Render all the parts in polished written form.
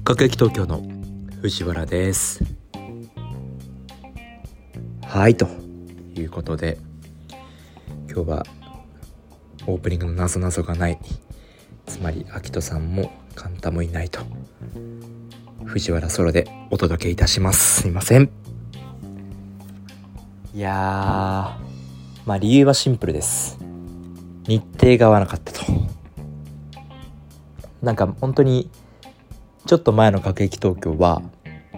各駅東京の藤原です。はいということで、今日はオープニングの謎がない、つまり秋人さんもカンタもいないと、藤原ソロでお届けいたします。すいません。いやー、理由はシンプルです。日程が合わなかったと。なんか本当にちょっと前の各駅東京は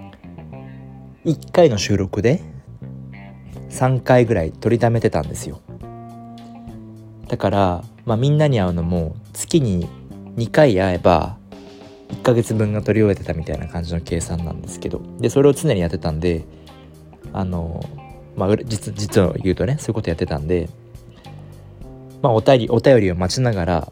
1回の収録で3回ぐらい取りためてたんですよ。だからみんなに会うのも月に2回会えば1ヶ月分が取り終えてたみたいな感じの計算なんですけど、でそれを常にやってたんで、実を言うとね、そういうことやってたんで、お便りを待ちながら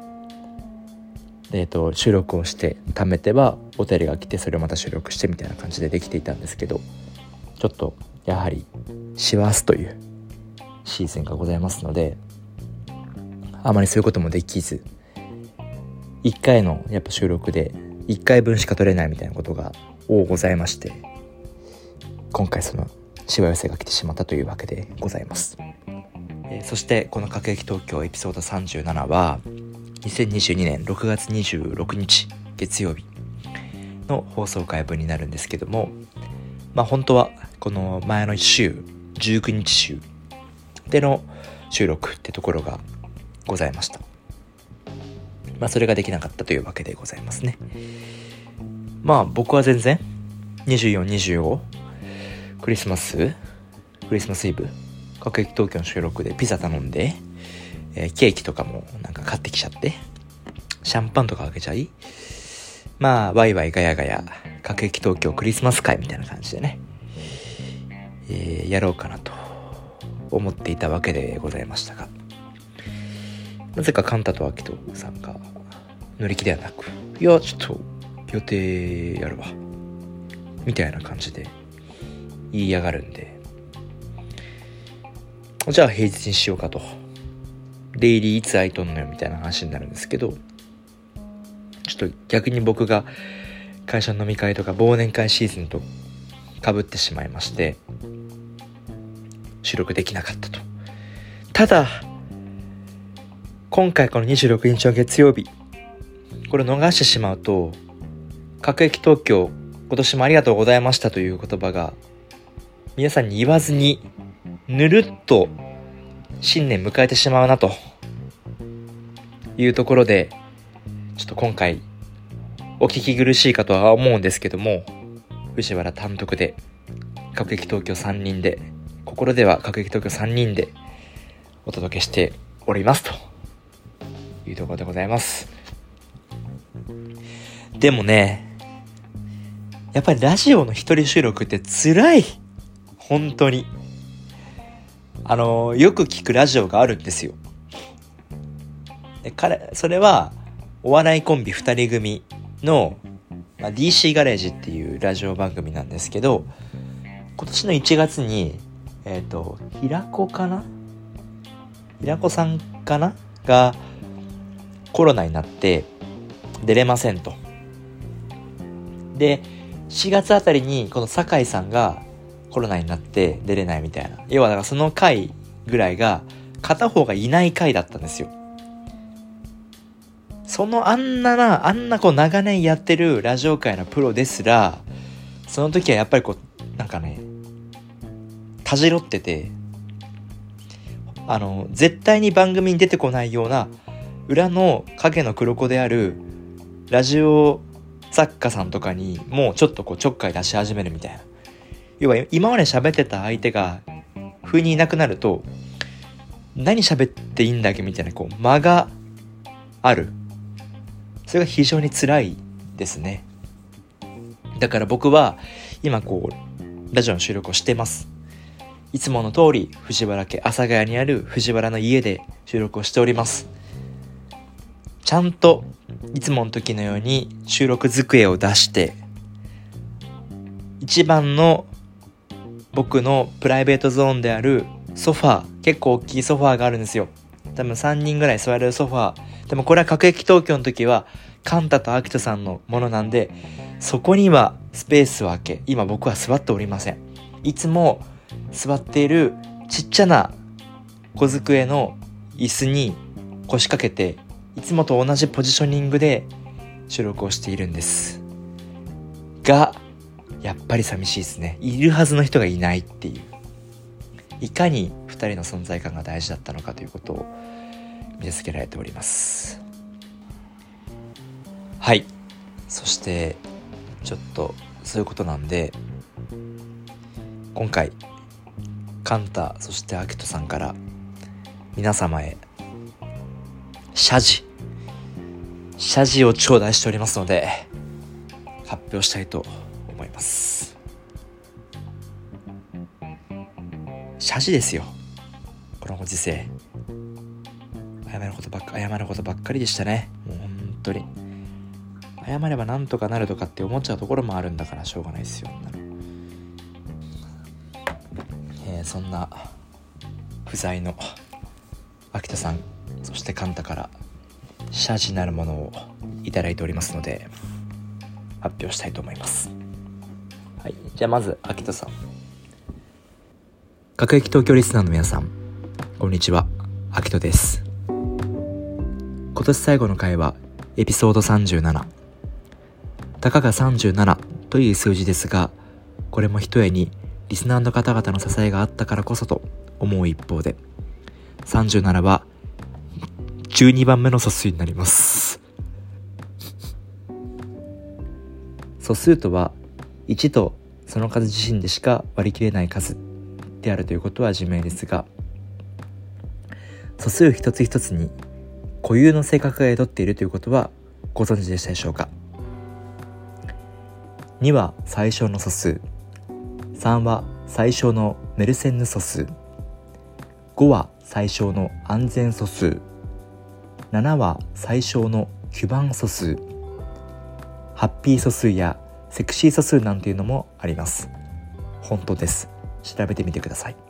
収録をして貯めてはお便りが来て、それをまた収録してみたいな感じでできていたんですけど、ちょっとやはり師走というシーズンがございますので、あまりそういうこともできず、1回のやっぱ収録で1回分しか撮れないみたいなことがございまして、今回そのしわ寄せが来てしまったというわけでございます。そしてこの各駅東京エピソード37は2022年6月26日月曜日の放送回分になるんですけども、本当はこの前の週19日週での収録ってところがございました。それができなかったというわけでございますね。僕は全然24、25クリスマスイブ各駅東京の収録でピザ頼んで、ケーキとかもなんか買ってきちゃって、シャンパンとか開けちゃい、ワイワイガヤガヤ各駅東京クリスマス会みたいな感じでね、やろうかなと思っていたわけでございましたが、なぜかカンタとアキトさんが乗り気ではなく、いやちょっと予定やるわみたいな感じで言いやがるんで、じゃあ平日にしようかと、デイリーいつ空いとんのよみたいな話になるんですけど、ちょっと逆に僕が会社の飲み会とか忘年会シーズンと被ってしまいまして、収録できなかったと。ただ今回この26日の月曜日、これを逃してしまうと、各駅東京今年もありがとうございましたという言葉が皆さんに言わずにぬるっと新年迎えてしまうなというところで、ちょっと今回お聞き苦しいかとは思うんですけども、藤原単独で各駅東京3人で、心では各駅東京3人でお届けしておりますというところでございます。でもね、やっぱりラジオの一人収録って辛い。本当によく聞くラジオがあるんですよ。それはお笑いコンビ2人組の、DC ガレージっていうラジオ番組なんですけど、今年の1月に平子さんかながコロナになって出れませんと。で4月あたりにこの酒井さんがコロナになって出れないみたいな、要はだからその回ぐらいが片方がいない回だったんですよ。あんなこう長年やってるラジオ界のプロですら、その時はやっぱりこうなんかね、たじろってて、絶対に番組に出てこないような裏の影の黒子であるラジオ作家さんとかにもうちょっとこうちょっかい出し始めるみたいな。要は今まで喋ってた相手が不意にいなくなると、何喋っていいんだっけみたいなこう間がある。それが非常に辛いですね。だから僕は今こうラジオの収録をしてます。いつもの通り藤原家阿佐ヶ谷にある藤原の家で収録をしております。ちゃんといつもの時のように収録机を出して、一番の僕のプライベートゾーンであるソファー、結構大きいソファーがあるんですよ。多分3人ぐらい座れるソファー。でもこれは各駅東京の時はカンタとアキトさんのものなんで、そこにはスペースを空け、今僕は座っておりません。いつも座っているちっちゃな小机の椅子に腰掛けて、いつもと同じポジショニングで収録をしているんですが、やっぱり寂しいですね。いるはずの人がいないっていう、いかに2人の存在感が大事だったのかということを見せつけられております。はい、そしてちょっとそういうことなんで、今回カンタそしてアキトさんから皆様へ謝辞を頂戴しておりますので、発表したいと思います。謝辞ですよ、このご時世。謝ることばっかりでしたね。もう本当に謝ればなんとかなるとかって思っちゃうところもあるんだから、しょうがないですよ。そんな不在の秋田さんそしてカンタから謝辞なるものをいただいておりますので、発表したいと思います。はい、じゃあまず秋田さん。各駅東京リスナーの皆さん、こんにちは、秋田です。今年最後の回はエピソード37、たかが37という数字ですが、これもひとえにリスナーの方々の支えがあったからこそと思う一方で、37は12番目の素数になります。素数とは1とその数自身でしか割り切れない数であるということは自明ですが、素数一つ一つに固有の性格が宿っているということはご存知でしたでしょうか。2は最小の素数、3は最小のメルセンヌ素数、5は最小の安全素数、7は最小のキュバン素数、ハッピー素数やセクシー素数なんていうのもあります。本当です。調べてみてください。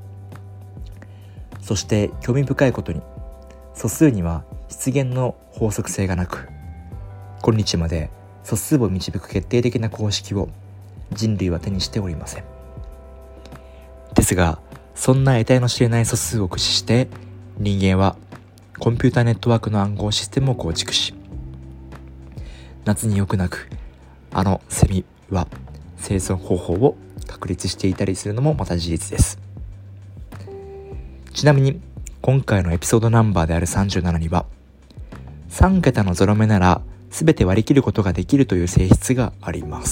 そして興味深いことに、素数には出現の法則性がなく、今日まで素数を導く決定的な公式を人類は手にしておりません。ですが、そんな得体の知れない素数を駆使して人間はコンピューターネットワークの暗号システムを構築し、夏によく鳴くあのセミは生存方法を確立していたりするのもまた事実です。ちなみに今回のエピソードナンバーである37には、3桁のゾロ目なら全て割り切ることができるという性質があります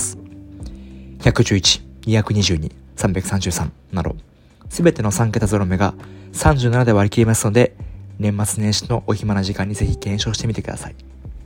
。111、222、333など全ての3桁ゾロ目が37で割り切りますので、年末年始のお暇な時間にぜひ検証してみてください。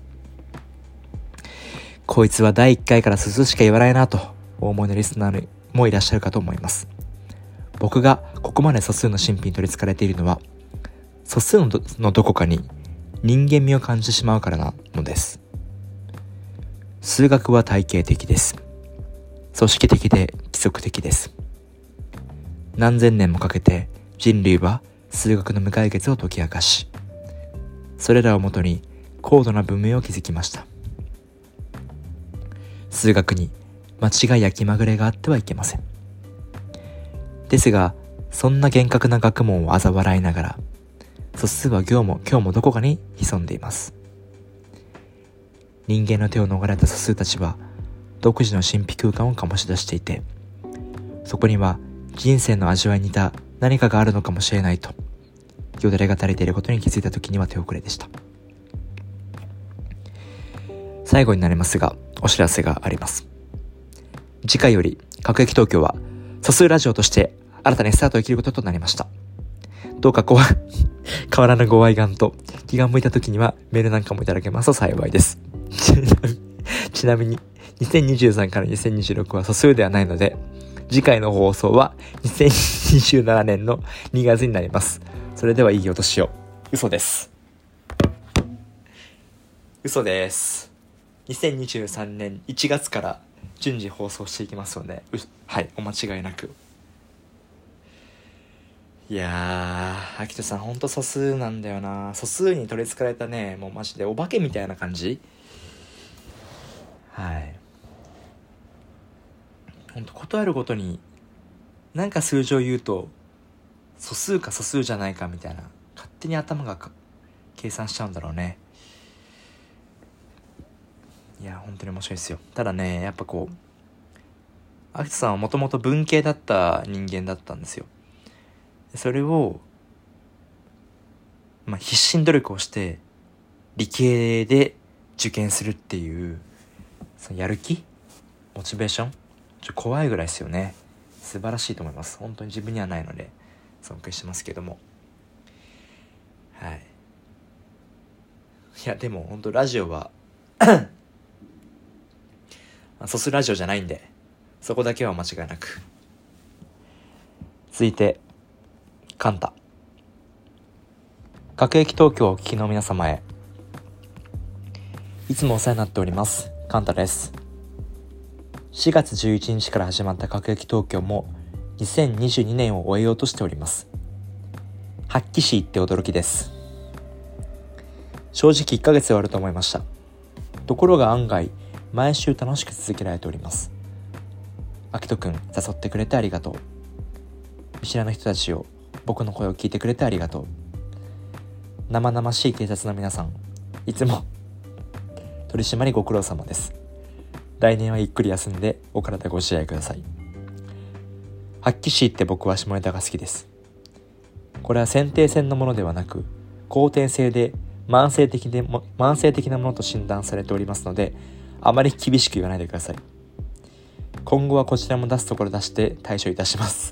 こいつは第1回から素数しか言わないなとお思いのリスナーもいらっしゃるかと思います。僕がここまで素数の神秘に取り憑かれているのは、素数のどこかに人間味を感じてしまうからなのです。数学は体系的です。組織的で規則的です。何千年もかけて人類は数学の無解決を解き明かし、それらをもとに高度な文明を築きました。数学に間違いや気まぐれがあってはいけません。ですが、そんな厳格な学問を嘲笑いながら、素数は今日もどこかに潜んでいます。人間の手を逃れた素数たちは独自の神秘空間を醸し出していて、そこには人生の味わいに似た何かがあるのかもしれないと、よだれが垂れていることに気づいた時には手遅れでした。最後になりますが、お知らせがあります。次回より各駅東京は素数ラジオとして新たにスタートを切ることとなりました。どうか変わらぬご愛願と気が向いた時にはメールなんかもいただけますと幸いです。ちなみに2023から2026は素数ではないので、次回の放送は2027年の2月になります。それではいいお年を。嘘です。嘘です。2023年1月から順次放送していきますので、はい、お間違いなく。いやー、秋田さんほんと素数なんだよな。素数に取り憑かれたね、もうマジでお化けみたいな感じ。 ほんとことあるごとになんか数字を言うと素数か素数じゃないかみたいな勝手に頭が計算しちゃうんだろうね。いや本当に面白いですよ。ただねやっぱこう秋田さんはもともと文系だった人間だったんですよ。それを必死に努力をして理系で受験するっていうそのやる気モチベーション怖いぐらいですよね。素晴らしいと思います。本当に自分にはないので尊敬してますけども、いやでも本当ラジオはソスラジオじゃないんでそこだけは間違いなく。続いてカンタ。各駅東京をお聞きの皆様へ、いつもお世話になっておりますカンタです。4月11日から始まった各駅東京も2022年を終えようとしております。発揮し言って驚きです。正直1ヶ月終わると思いました。ところが案外毎週楽しく続けられております。アキトくん誘ってくれてありがとう。見知らぬ人たちを僕の声を聞いてくれてありがとう。生々しい警察の皆さん、いつも取り締まりご苦労様です。来年はゆっくり休んでお体ご自愛ください。発揮しって僕は下ネタが好きです。これは先天性のものではなく後天性で慢性的なものと診断されておりますので、あまり厳しく言わないでください。今後はこちらも出すところ出して対処いたします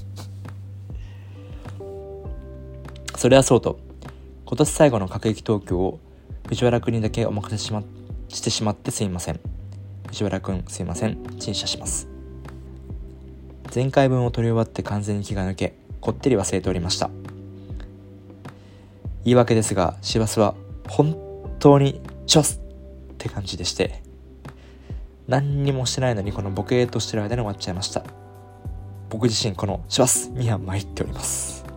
それはそうと、今年最後の各駅東京を藤原くんにだけお任せしてしまってすいません。藤原くんすいません、陳謝します。前回分を取り終わって完全に気が抜け、こってり忘れておりました。言い訳ですが、師走は本当にチョスって感じでして、何にもしてないのにこのボケーとしてる間に終わっちゃいました。僕自身この師走には参っております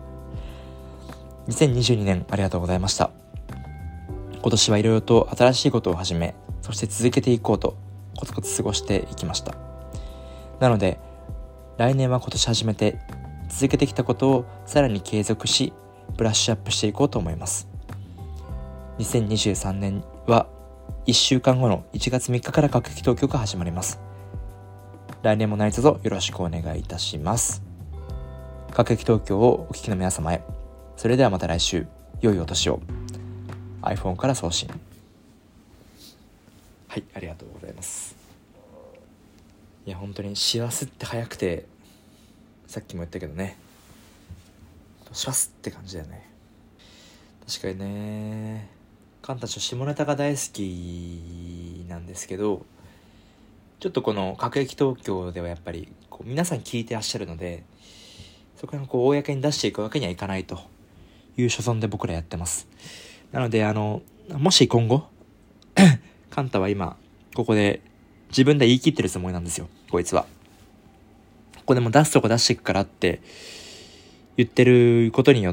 。2022年ありがとうございました。今年はいろいろと新しいことを始め、そして続けていこうとコツコツ過ごしていきました。なので来年は今年始めて続けてきたことをさらに継続しブラッシュアップしていこうと思います。2023年は1週間後の1月3日から各駅東京が始まります。来年も何卒よろしくお願いいたします。各駅東京をお聞きの皆様へ、それではまた来週、良いお年を。 iPhone から送信。はい、ありがとうございます。いや本当に師走って早くて、さっきも言ったけどね、師走って感じだよね。確かにね、カンタ下ネタが大好きなんですけど、ちょっとこの各駅東京ではやっぱりこう皆さん聞いてらっしゃるので、そこにこう公に出していくわけにはいかないという所存で僕らやってます。なのでもし今後カンタは今ここで自分で言い切ってるつもりなんですよ。こいつはここでも出すとこ出していくからって言ってることによって、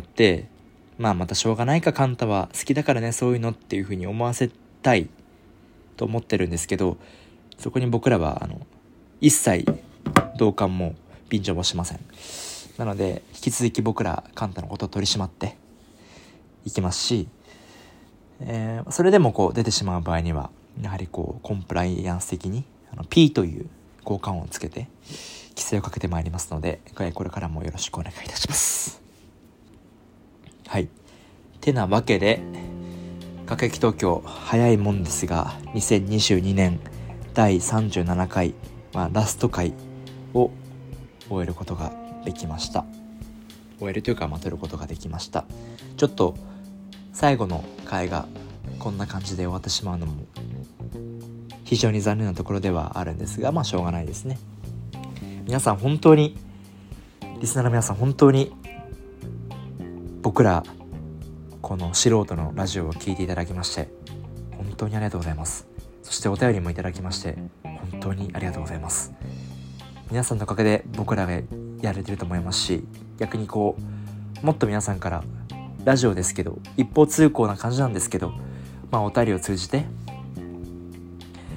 またしょうがないか、カンタは好きだからねそういうのっていう風に思わせたいと思ってるんですけど、そこに僕らは一切同感も便乗もしません。なので引き続き僕らカンタのことを取り締まっていきますし、それでもこう出てしまう場合にはやはりこうコンプライアンス的にP という交換音をつけて規制をかけてまいりますので、これからもよろしくお願いいたします。はい、てなわけで各駅東京早いもんですが2022年第37回、ラスト回を終えることができました。終えるというか撮ることができました。ちょっと最後の回がこんな感じで終わってしまうのも非常に残念なところではあるんですが、しょうがないですね。皆さん本当に、リスナーの皆さん本当に僕らこの素人のラジオを聞いていただきまして本当にありがとうございます。そしてお便りもいただきまして本当にありがとうございます。皆さんのおかげで僕らがやれてると思いますし、逆にこうもっと皆さんからラジオですけど一方通行な感じなんですけど、お便りを通じて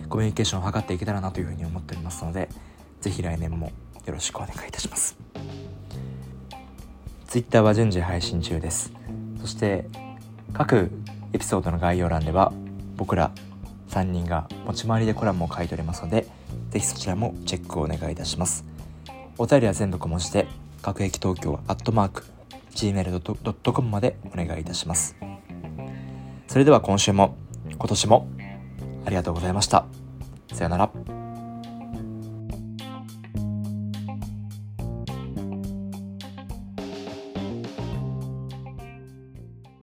コミュニケーションを図っていけたらなというふうに思っておりますので、ぜひ来年もよろしくお願いいたします。Twitter は順次配信中です。そして各エピソードの概要欄では僕ら3人が持ち回りでコラムを書いておりますので、ぜひそちらもチェックをお願いいたします。お便りは全部小文字で各駅東京@gmail.com までお願いいたします。それでは今週も今年もありがとうございました。さよなら。